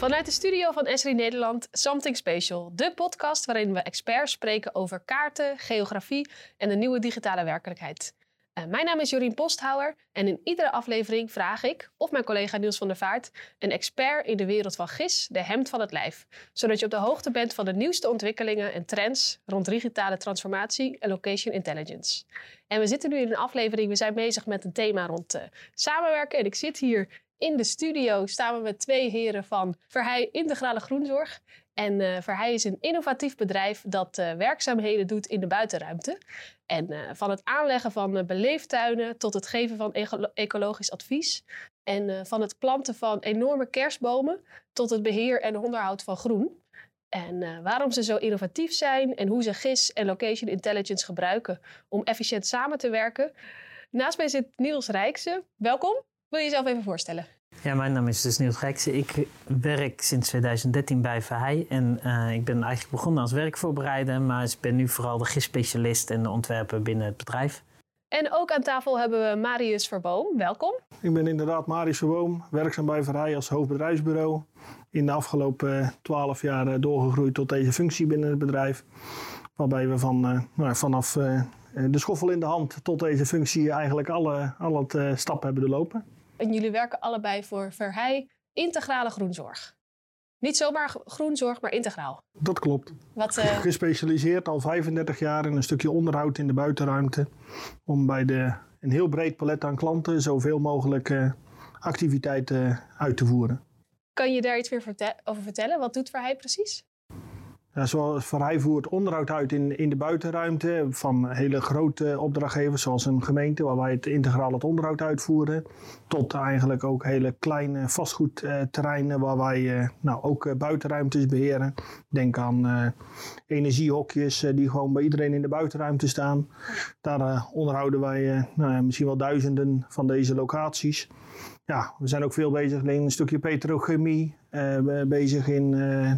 Vanuit de studio van Esri Nederland, Something Special. De podcast waarin we experts spreken over kaarten, geografie en de nieuwe digitale werkelijkheid. Mijn naam is Jorien Posthouwer en in iedere aflevering vraag ik, of mijn collega Niels van der Vaart, een expert in de wereld van GIS, de hemd van het lijf. Zodat je op de hoogte bent van de nieuwste ontwikkelingen en trends rond digitale transformatie en location intelligence. En we zitten nu in een aflevering, we zijn bezig met een thema rond samenwerken. En ik zit hier in de studio samen met twee heren van Verheij Integrale Groenzorg. En Verheij is een innovatief bedrijf dat werkzaamheden doet in de buitenruimte. En van het aanleggen van beleeftuinen tot het geven van ecologisch advies. En van het planten van enorme kerstbomen tot het beheer en onderhoud van groen. En waarom ze zo innovatief zijn en hoe ze GIS en location intelligence gebruiken om efficiënt samen te werken. Naast mij zit Niels Rijkse. Welkom. Wil je jezelf even voorstellen? Ja, mijn naam is dus Niels Rijkse. Ik werk sinds 2013 bij Verheij. En ik ben eigenlijk begonnen als werkvoorbereider, maar ik ben nu vooral de GIS-specialist en de ontwerper binnen het bedrijf. En ook aan tafel hebben we Marius Verboom. Welkom. Ik ben inderdaad Marius Verboom, werkzaam bij Verheij als hoofdbedrijfsbureau. In de afgelopen 12 jaar doorgegroeid tot deze functie binnen het bedrijf. Waarbij we vanaf de schoffel in de hand tot deze functie eigenlijk al het stappen hebben doorlopen. En jullie werken allebei voor Verheij Integrale Groenzorg. Niet zomaar groenzorg, maar integraal. Dat klopt. Gespecialiseerd al 35 jaar in een stukje onderhoud in de buitenruimte. Om bij een heel breed palet aan klanten zoveel mogelijk activiteiten uit te voeren. Kan je daar iets meer over vertellen? Wat doet Verheij precies? Ja, zoals Verheij voert onderhoud uit in de buitenruimte van hele grote opdrachtgevers zoals een gemeente waar wij het onderhoud uitvoeren. Tot eigenlijk ook hele kleine vastgoedterreinen waar wij ook buitenruimtes beheren. Denk aan energiehokjes die gewoon bij iedereen in de buitenruimte staan. Daar onderhouden wij misschien wel duizenden van deze locaties. Ja, we zijn ook veel bezig in een stukje petrochemie, bezig in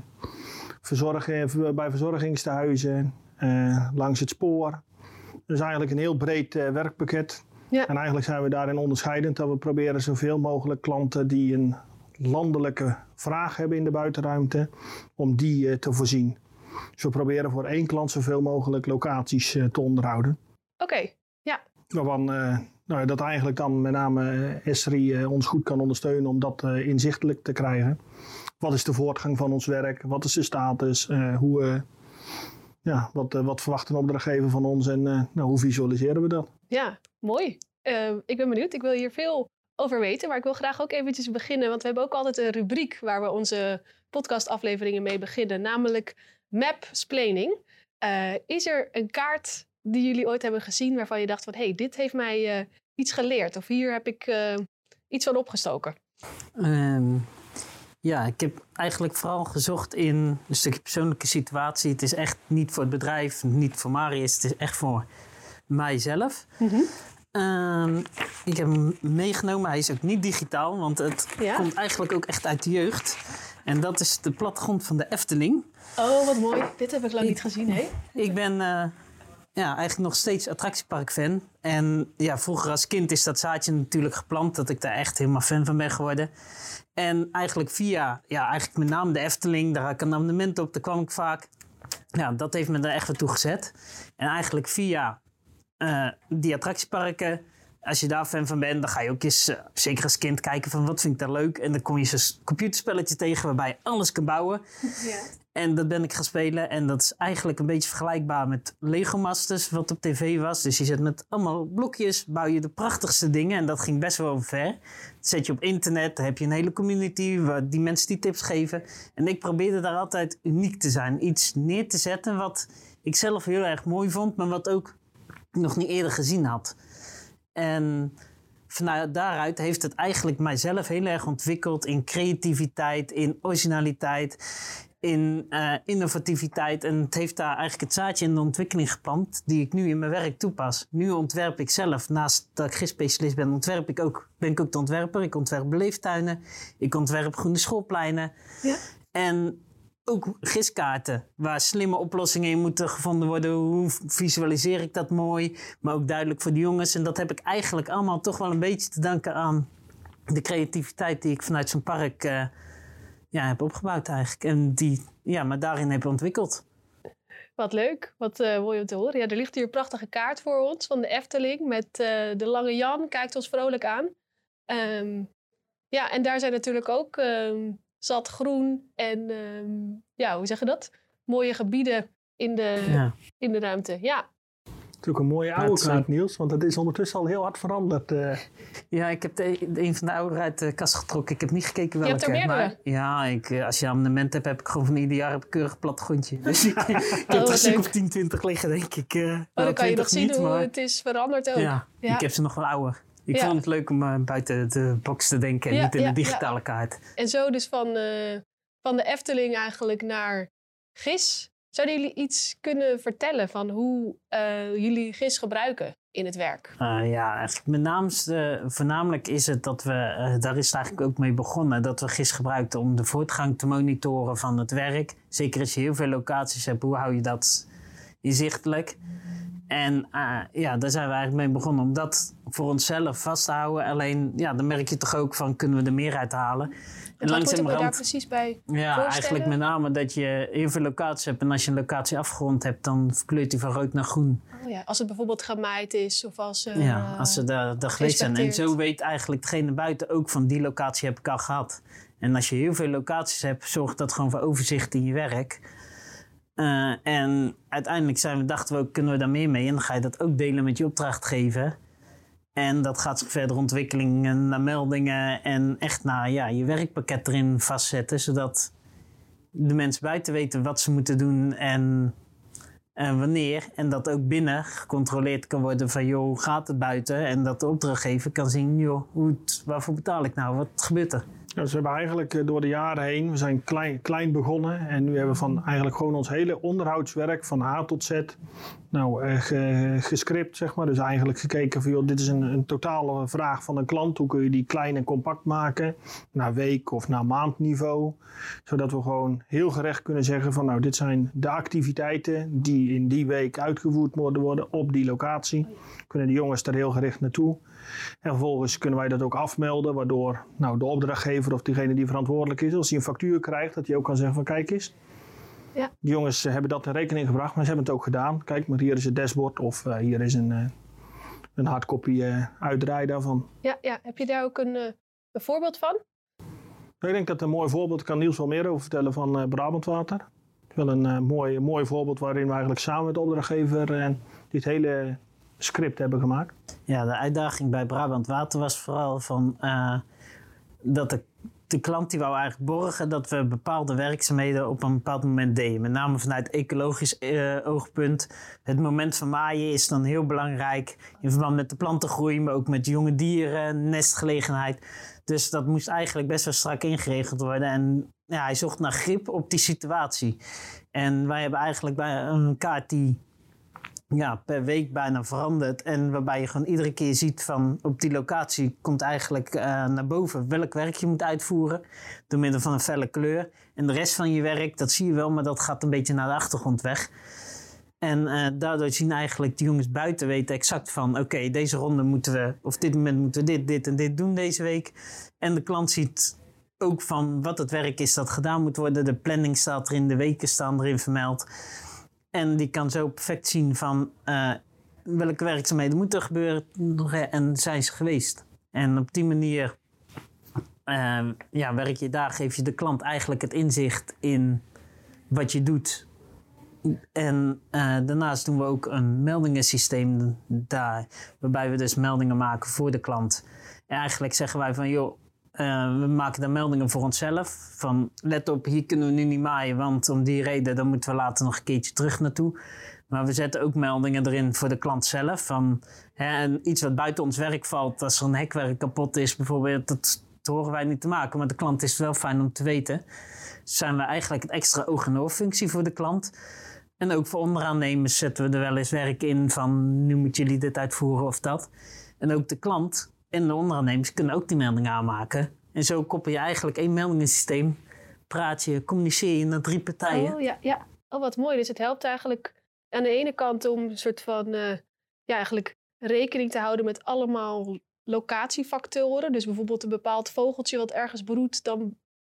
bij verzorgingstehuizen, langs het spoor. Dus eigenlijk een heel breed werkpakket. Ja. En eigenlijk zijn we daarin onderscheidend dat we proberen zoveel mogelijk klanten die een landelijke vraag hebben in de buitenruimte, om die te voorzien. Dus we proberen voor één klant zoveel mogelijk locaties te onderhouden. Oké, ja. Waarvan dat eigenlijk dan met name Esri ons goed kan ondersteunen om dat inzichtelijk te krijgen. Wat is de voortgang van ons werk? Wat is de status? Wat verwacht een opdrachtgever van ons en hoe visualiseren we dat? Ja, mooi. Ik ben benieuwd. Ik wil hier veel over weten, maar ik wil graag ook eventjes beginnen. Want we hebben ook altijd een rubriek waar we onze podcastafleveringen mee beginnen. Namelijk Mapsplaining. Is er een kaart die jullie ooit hebben gezien waarvan je dacht van hey, dit heeft mij iets geleerd. Of hier heb ik iets van opgestoken. Ja, ik heb eigenlijk vooral gezocht in een stukje persoonlijke situatie. Het is echt niet voor het bedrijf, niet voor Marius. Het is echt voor mijzelf. Mm-hmm. Ik heb hem meegenomen. Hij is ook niet digitaal, want het komt eigenlijk ook echt uit de jeugd. En dat is de plattegrond van de Efteling. Oh, wat mooi. Dit heb ik lang niet gezien, hè? Ik ben eigenlijk nog steeds attractiepark-fan. En ja, vroeger als kind is dat zaadje natuurlijk geplant, dat ik daar echt helemaal fan van ben geworden. En eigenlijk via, met name de Efteling, daar had ik een abonnement op, daar kwam ik vaak. Ja, dat heeft me er echt naartoe gezet. En eigenlijk via die attractieparken, als je daar fan van bent, dan ga je ook eens, zeker als kind, kijken van wat vind ik daar leuk. En dan kom je zo'n computerspelletje tegen waarbij je alles kan bouwen. Ja. En dat ben ik gaan spelen. En dat is eigenlijk een beetje vergelijkbaar met Lego Masters, wat op tv was. Dus je zet met allemaal blokjes, bouw je de prachtigste dingen. En dat ging best wel ver. Dat zet je op internet, dan heb je een hele community, waar die mensen die tips geven. En ik probeerde daar altijd uniek te zijn. Iets neer te zetten wat ik zelf heel erg mooi vond, maar wat ook nog niet eerder gezien had. En vanuit daaruit heeft het eigenlijk mijzelf heel erg ontwikkeld in creativiteit, in originaliteit, in innovativiteit. En het heeft daar eigenlijk het zaadje in de ontwikkeling geplant die ik nu in mijn werk toepas. Nu ontwerp ik zelf, naast dat ik GIS-specialist ben, ben ik ook de ontwerper. Ik ontwerp beleeftuinen, ik ontwerp groene schoolpleinen. Ja. En ook GIS-kaarten waar slimme oplossingen in moeten gevonden worden. Hoe visualiseer ik dat mooi, maar ook duidelijk voor de jongens. En dat heb ik eigenlijk allemaal toch wel een beetje te danken aan de creativiteit die ik vanuit zo'n park heb opgebouwd eigenlijk. En maar daarin heb ik ontwikkeld. Wat leuk, wat mooi om te horen. Ja, er ligt hier een prachtige kaart voor ons van de Efteling met de Lange Jan. Kijkt ons vrolijk aan. En daar zijn natuurlijk ook zat groen en hoe zeg je dat? Mooie gebieden in de ruimte. Ja. Het is ook een mooie oude kaart, Niels, want het is ondertussen al heel hard veranderd. Ja, ik heb een van de oude uit de kast getrokken. Ik heb niet gekeken welke. Je hebt er meerdere? Maar als je een abonnement hebt, heb ik gewoon van ieder jaar een keurig plattegrondje. Dus ik heb er een stuk of 10, 20 liggen, denk ik. Dan kan je nog zien hoe het is veranderd ook. Ja, ik heb ze nog wel ouder. Ik vond het leuk om buiten de box te denken en niet in de digitale kaart. En zo dus van de Efteling eigenlijk naar GIS. Zouden jullie iets kunnen vertellen van hoe jullie GIS gebruiken in het werk? Voornamelijk is het dat we, daar is het eigenlijk ook mee begonnen, dat we GIS gebruikten om de voortgang te monitoren van het werk. Zeker als je heel veel locaties hebt, hoe hou je dat inzichtelijk? En daar zijn we eigenlijk mee begonnen om dat voor onszelf vast te houden. Alleen, dan merk je toch ook van, kunnen we er meer uit halen? En wat moet ik me daar precies bij voorstellen? Eigenlijk met name dat je heel veel locaties hebt. En als je een locatie afgerond hebt, dan verkleurt die van rood naar groen. Oh ja, als het bijvoorbeeld gemaaid is of als als ze daar geweest zijn. En zo weet eigenlijk degene buiten ook van die locatie heb ik al gehad. En als je heel veel locaties hebt, zorgt dat gewoon voor overzicht in je werk. En uiteindelijk dachten we ook, kunnen we daar meer mee? En dan ga je dat ook delen met je opdrachtgever. En dat gaat zich verder ontwikkelingen naar meldingen en echt naar je werkpakket erin vastzetten. Zodat de mensen buiten weten wat ze moeten doen en wanneer. En dat ook binnen gecontroleerd kan worden van hoe gaat het buiten? En dat de opdrachtgever kan zien, waarvoor betaal ik nou? Wat gebeurt er? Dus we hebben eigenlijk door de jaren heen, we zijn klein begonnen. En nu hebben we van eigenlijk gewoon ons hele onderhoudswerk van A tot Z gescript, zeg maar. Dus eigenlijk gekeken van, dit is een totale vraag van een klant. Hoe kun je die klein en compact maken? Naar week- of naar maandniveau. Zodat we gewoon heel gerecht kunnen zeggen van, dit zijn de activiteiten die in die week uitgevoerd worden op die locatie. Kunnen de jongens er heel gericht naartoe. En vervolgens kunnen wij dat ook afmelden, waardoor de opdrachtgever of diegene die verantwoordelijk is, als hij een factuur krijgt, dat hij ook kan zeggen van, kijk eens. Ja. De jongens hebben dat in rekening gebracht, maar ze hebben het ook gedaan. Kijk, maar hier is het dashboard of hier is een hardcopy uitdraai daarvan. Ja, heb je daar ook een voorbeeld van? Ik denk dat een mooi voorbeeld, kan Niels wel meer over vertellen, van Brabant Water. Wel een mooi voorbeeld waarin we eigenlijk samen met de opdrachtgever dit hele script hebben gemaakt. Ja, de uitdaging bij Brabant Water was vooral van dat de klant die wou eigenlijk borgen dat we bepaalde werkzaamheden op een bepaald moment deden. Met name vanuit ecologisch oogpunt. Het moment van maaien is dan heel belangrijk in verband met de plantengroei, maar ook met jonge dieren, nestgelegenheid. Dus dat moest eigenlijk best wel strak ingeregeld worden. En hij zocht naar grip op die situatie. En wij hebben eigenlijk bij een kaart die per week bijna verandert. En waarbij je gewoon iedere keer ziet van op die locatie komt eigenlijk naar boven welk werk je moet uitvoeren. Door middel van een felle kleur. En de rest van je werk, dat zie je wel, maar dat gaat een beetje naar de achtergrond weg. En daardoor zien eigenlijk de jongens buiten weten exact van oké, deze ronde moeten we, of dit moment moeten we dit en dit doen deze week. En de klant ziet ook van wat het werk is dat gedaan moet worden. De planning staat erin, de weken staan erin vermeld. En die kan zo perfect zien van welke werkzaamheden moeten er gebeuren en zijn ze geweest. En op die manier werk je daar, geef je de klant eigenlijk het inzicht in wat je doet. En daarnaast doen we ook een meldingensysteem daar, waarbij we dus meldingen maken voor de klant. En eigenlijk zeggen wij van we maken daar meldingen voor onszelf. Van let op, hier kunnen we nu niet maaien, want om die reden dan moeten we later nog een keertje terug naartoe. Maar we zetten ook meldingen erin voor de klant zelf. Van, en iets wat buiten ons werk valt, als er een hekwerk kapot is bijvoorbeeld, dat horen wij niet te maken. Maar de klant is wel fijn om te weten. Dus zijn we eigenlijk het extra oog- en oorfunctie voor de klant. En ook voor onderaannemers zetten we er wel eens werk in van nu moeten jullie dit uitvoeren of dat. En ook de klant en de onderaannemers kunnen ook die melding aanmaken. En zo koppel je eigenlijk één meldingensysteem. Praat je, communiceer je naar 3 partijen. Oh ja. Oh, wat mooi. Dus het helpt eigenlijk aan de ene kant om een soort van eigenlijk rekening te houden met allemaal locatiefactoren. Dus bijvoorbeeld een bepaald vogeltje wat ergens broedt, dan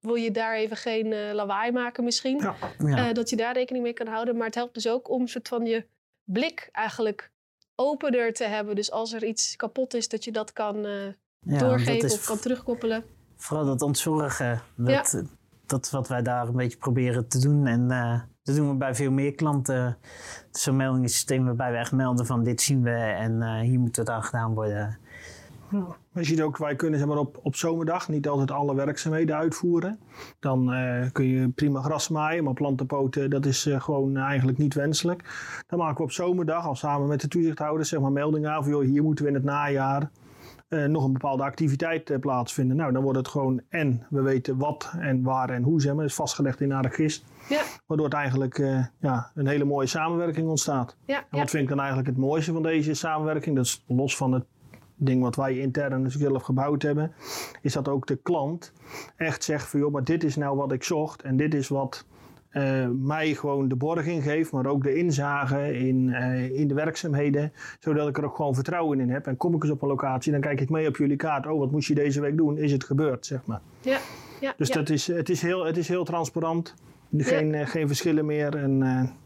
wil je daar even geen lawaai maken misschien. Ja. Dat je daar rekening mee kan houden. Maar het helpt dus ook om een soort van je blik eigenlijk opener te hebben. Dus als er iets kapot is, dat je dat kan doorgeven of kan terugkoppelen. Vooral dat ontzorgen. Dat is wat wij daar een beetje proberen te doen. En dat doen we bij veel meer klanten. Zo'n meldingssysteem waarbij we echt melden van dit zien we en hier moet het aan gedaan worden. Je ziet ook, wij kunnen zeg maar, op zomerdag niet altijd alle werkzaamheden uitvoeren. Dan kun je prima gras maaien, maar plantenpoten, dat is gewoon eigenlijk niet wenselijk. Dan maken we op zomerdag al samen met de toezichthouders zeg maar, meldingen aan van joh, hier moeten we in het najaar nog een bepaalde activiteit plaatsvinden. Nou, dan wordt het gewoon en we weten wat en waar en hoe, zeg maar, is vastgelegd in de regist. Ja. Waardoor het eigenlijk een hele mooie samenwerking ontstaat. Ja, en wat vind ik dan eigenlijk het mooiste van deze samenwerking? Dat is los van het ding wat wij intern dus zelf gebouwd hebben, is dat ook de klant echt zegt van joh, maar dit is nou wat ik zocht en dit is wat mij gewoon de borging geeft, maar ook de inzage in de werkzaamheden, zodat ik er ook gewoon vertrouwen in heb. En kom ik eens op een locatie, dan kijk ik mee op jullie kaart. Oh, wat moest je deze week doen? Is het gebeurd, zeg maar. Ja. Dus het is heel transparant. Geen verschillen meer en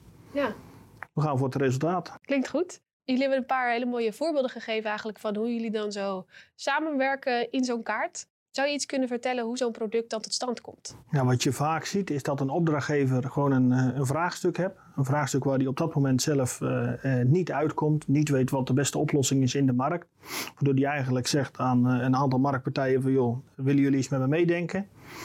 we gaan voor het resultaat. Klinkt goed. Jullie hebben een paar hele mooie voorbeelden gegeven eigenlijk van hoe jullie dan zo samenwerken in zo'n kaart. Zou je iets kunnen vertellen hoe zo'n product dan tot stand komt? Ja, wat je vaak ziet is dat een opdrachtgever gewoon een vraagstuk hebt. Een vraagstuk waar die op dat moment zelf niet uitkomt. Niet weet wat de beste oplossing is in de markt. Waardoor die eigenlijk zegt aan een aantal marktpartijen van joh, willen jullie eens met me meedenken?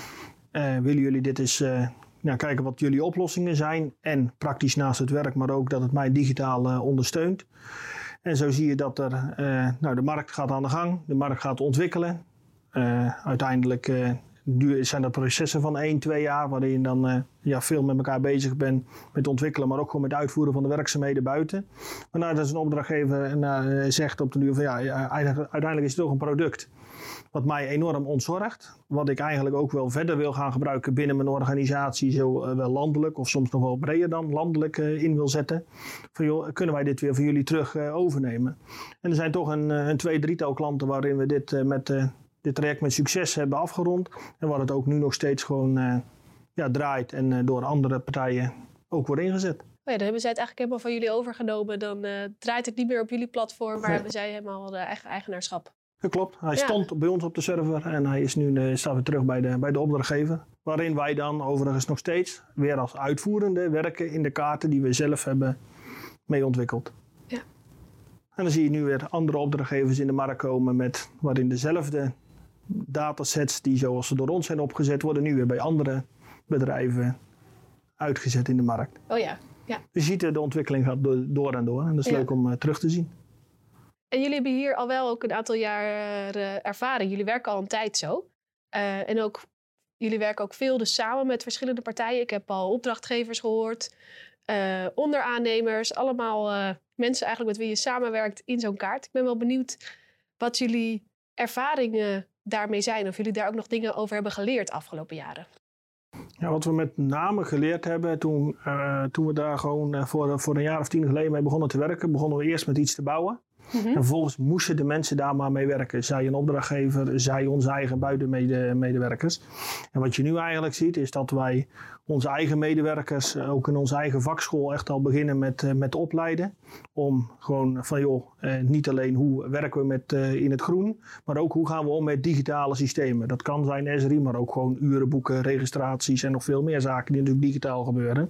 Willen jullie dit eens kijken wat jullie oplossingen zijn? En praktisch naast het werk, maar ook dat het mij digitaal ondersteunt. En zo zie je dat de markt gaat aan de gang. De markt gaat ontwikkelen. Uiteindelijk zijn dat processen van 1-2 jaar waarin je dan veel met elkaar bezig bent met ontwikkelen, maar ook gewoon met het uitvoeren van de werkzaamheden buiten. Waarna dat een opdrachtgever zegt op de duur van uiteindelijk is het toch een product wat mij enorm ontzorgt. Wat ik eigenlijk ook wel verder wil gaan gebruiken binnen mijn organisatie, zo wel landelijk of soms nog wel breder dan landelijk in wil zetten. Van joh, kunnen wij dit weer van jullie terug overnemen? En er zijn toch een 2-3-tal klanten waarin we dit dit traject met succes hebben afgerond. En waar het ook nu nog steeds gewoon draait en door andere partijen ook wordt ingezet. Oh ja, dan hebben zij het eigenlijk helemaal van jullie overgenomen. Dan draait het niet meer op jullie platform, maar hebben zij helemaal de eigen eigenaarschap. Dat klopt. Hij stond bij ons op de server en hij is nu staat weer terug bij de opdrachtgever. Waarin wij dan overigens nog steeds weer als uitvoerende werken in de kaarten die we zelf hebben mee ontwikkeld. Ja. En dan zie je nu weer andere opdrachtgevers in de markt komen waarin dezelfde datasets die zoals ze door ons zijn opgezet worden nu weer bij andere bedrijven uitgezet in de markt. Oh ja. Dus je ziet de ontwikkeling gaat door en door en dat is leuk om terug te zien. En jullie hebben hier al wel ook een aantal jaar ervaring. Jullie werken al een tijd zo. En ook, jullie werken ook veel dus samen met verschillende partijen. Ik heb al opdrachtgevers gehoord, onderaannemers, allemaal mensen eigenlijk met wie je samenwerkt in zo'n kaart. Ik ben wel benieuwd wat jullie ervaringen daarmee zijn. Of jullie daar ook nog dingen over hebben geleerd afgelopen jaren. Ja, wat we met name geleerd hebben toen we daar gewoon voor een jaar of 10 geleden mee begonnen te werken, begonnen we eerst met iets te bouwen. Mm-hmm. En vervolgens moesten de mensen daar maar mee werken. Zij een opdrachtgever, zij onze eigen buitenmedewerkers. En wat je nu eigenlijk ziet is dat wij onze eigen medewerkers ook in onze eigen vakschool echt al beginnen met opleiden. Om gewoon van niet alleen hoe werken we in het groen, maar ook hoe gaan we om met digitale systemen. Dat kan zijn Esri, maar ook gewoon urenboeken, registraties en nog veel meer zaken die natuurlijk digitaal gebeuren.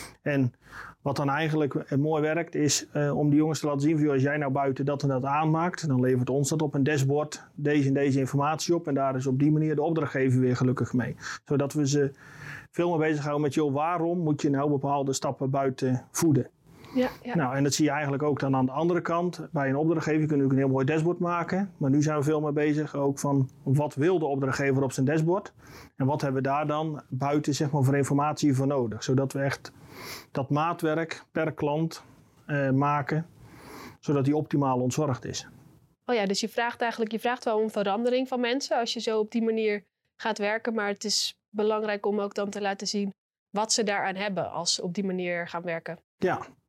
En wat dan eigenlijk mooi werkt is om die jongens te laten zien van als jij nou buiten dat en dat aanmaakt, dan levert ons dat op een dashboard deze en deze informatie op en daar is op die manier de opdrachtgever weer gelukkig mee. Zodat we ze veel meer bezighouden met waarom moet je nou bepaalde stappen buiten voeden. Ja. Nou, en dat zie je eigenlijk ook dan aan de andere kant. Bij een opdrachtgever kunnen we ook een heel mooi dashboard maken. Maar nu zijn we veel meer bezig ook van wat wil de opdrachtgever op zijn dashboard. En wat hebben we daar dan buiten zeg maar, voor informatie voor nodig. Zodat we echt dat maatwerk per klant maken. Zodat die optimaal ontzorgd is. Oh ja, dus je vraagt wel om verandering van mensen als je zo op die manier gaat werken. Maar het is belangrijk om ook dan te laten zien wat ze daaraan hebben als ze op die manier gaan werken. Ja,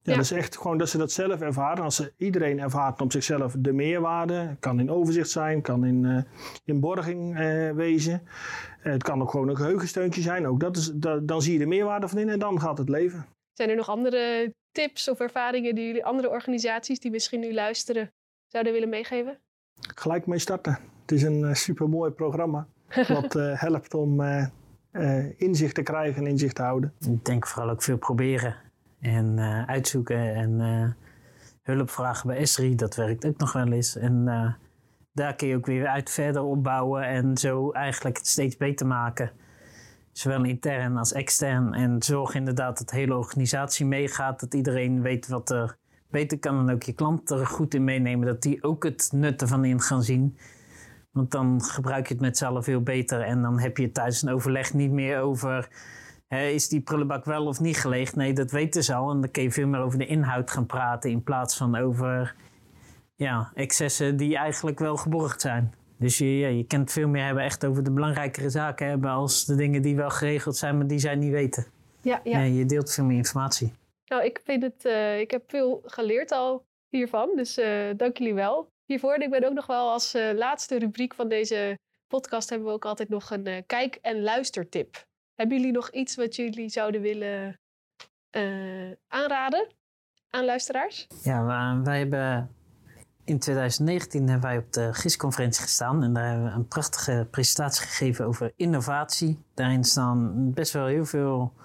Ja, dus echt gewoon dat ze dat zelf ervaren. Als iedereen ervaart op zichzelf de meerwaarde. Kan in overzicht zijn, kan in borging wezen. Het kan ook gewoon een geheugensteuntje zijn. Ook dan zie je de meerwaarde van in en dan gaat het leven. Zijn er nog andere tips of ervaringen die jullie andere organisaties die misschien nu luisteren zouden willen meegeven? Gelijk mee starten. Het is een supermooi programma. Wat helpt om inzicht te krijgen en inzicht te houden. Ik denk vooral ook veel proberen. En uitzoeken en hulp vragen bij Esri, dat werkt ook nog wel eens. En daar kun je ook weer uit verder opbouwen en zo eigenlijk het steeds beter maken. Zowel intern als extern. En zorg inderdaad dat de hele organisatie meegaat, dat iedereen weet wat er beter kan. En ook je klant er goed in meenemen, dat die ook het nut ervan in gaan zien. Want dan gebruik je het met z'n allen veel beter. En dan heb je tijdens een overleg niet meer over... is die prullenbak wel of niet geleegd? Nee, dat weten ze al. En dan kun je veel meer over de inhoud gaan praten... in plaats van over excessen die eigenlijk wel geborgd zijn. Dus je kunt veel meer hebben echt over de belangrijkere zaken hebben... als de dingen die wel geregeld zijn, maar die zij niet weten. Ja. Je deelt veel meer informatie. Nou, ik heb veel geleerd al hiervan. Dus dank jullie wel hiervoor. En ik ben ook nog wel als laatste rubriek van deze podcast... hebben we ook altijd nog een kijk- en luistertip. Hebben jullie nog iets wat jullie zouden willen aanraden aan luisteraars? Ja, wij hebben in 2019 hebben wij op de GIS-conferentie gestaan. En daar hebben we een prachtige presentatie gegeven over innovatie. Daarin staan best wel heel veel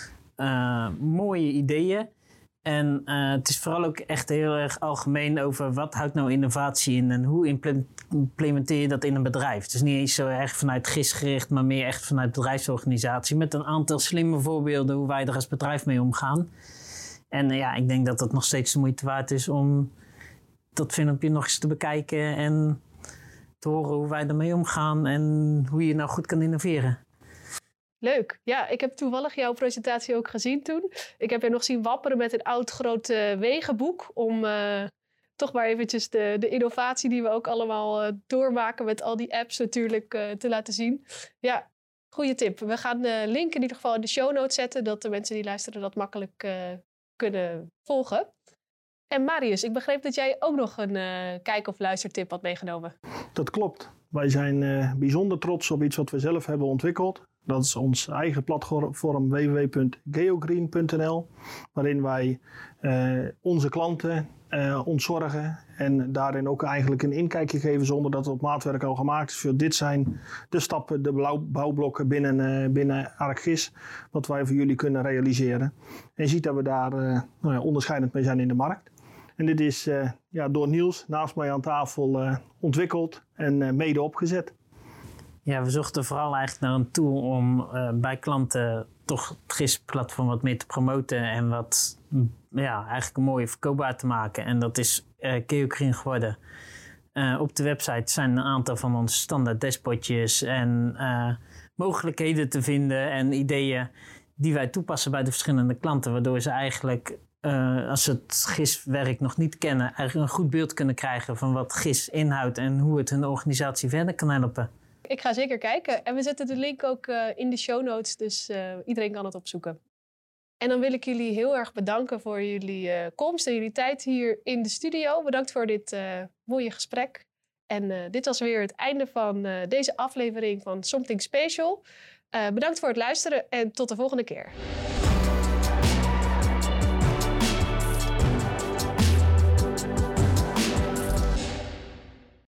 mooie ideeën. En het is vooral ook echt heel erg algemeen over wat houdt nou innovatie in en hoe implementeer je dat in een bedrijf. Dus niet eens zo erg vanuit GIS gericht, maar meer echt vanuit bedrijfsorganisatie. Met een aantal slimme voorbeelden hoe wij er als bedrijf mee omgaan. En ik denk dat het nog steeds de moeite waard is om dat filmpje nog eens te bekijken en te horen hoe wij ermee omgaan en hoe je nou goed kan innoveren. Leuk. Ja, ik heb toevallig jouw presentatie ook gezien toen. Ik heb je nog zien wapperen met een oud groot wegenboek om toch maar eventjes de innovatie die we ook allemaal doormaken met al die apps natuurlijk te laten zien. Ja, goede tip. We gaan de link in ieder geval in de show notes zetten, dat de mensen die luisteren dat makkelijk kunnen volgen. En Marius, ik begreep dat jij ook nog een kijk- of luistertip had meegenomen. Dat klopt. Wij zijn bijzonder trots op iets wat we zelf hebben ontwikkeld. Dat is ons eigen platform www.geogreen.nl, waarin wij onze klanten ontzorgen en daarin ook eigenlijk een inkijkje geven zonder dat het op maatwerk al gemaakt is. Dit zijn de stappen, de bouwblokken binnen ArcGIS, wat wij voor jullie kunnen realiseren. En je ziet dat we daar onderscheidend mee zijn in de markt. En dit is door Niels naast mij aan tafel ontwikkeld en mede opgezet. Ja, we zochten vooral eigenlijk naar een tool om bij klanten toch het GIS-platform wat meer te promoten en wat eigenlijk een mooie verkoopbaar te maken. En dat is Geogreen geworden. Op de website zijn een aantal van onze standaard dashboardjes en mogelijkheden te vinden en ideeën die wij toepassen bij de verschillende klanten, waardoor ze eigenlijk als ze het GIS-werk nog niet kennen, eigenlijk een goed beeld kunnen krijgen van wat GIS inhoudt en hoe het hun organisatie verder kan helpen. Ik ga zeker kijken. En we zetten de link ook in de show notes, dus iedereen kan het opzoeken. En dan wil ik jullie heel erg bedanken voor jullie komst en jullie tijd hier in de studio. Bedankt voor dit mooie gesprek. En dit was weer het einde van deze aflevering van Something Special. Bedankt voor het luisteren en tot de volgende keer.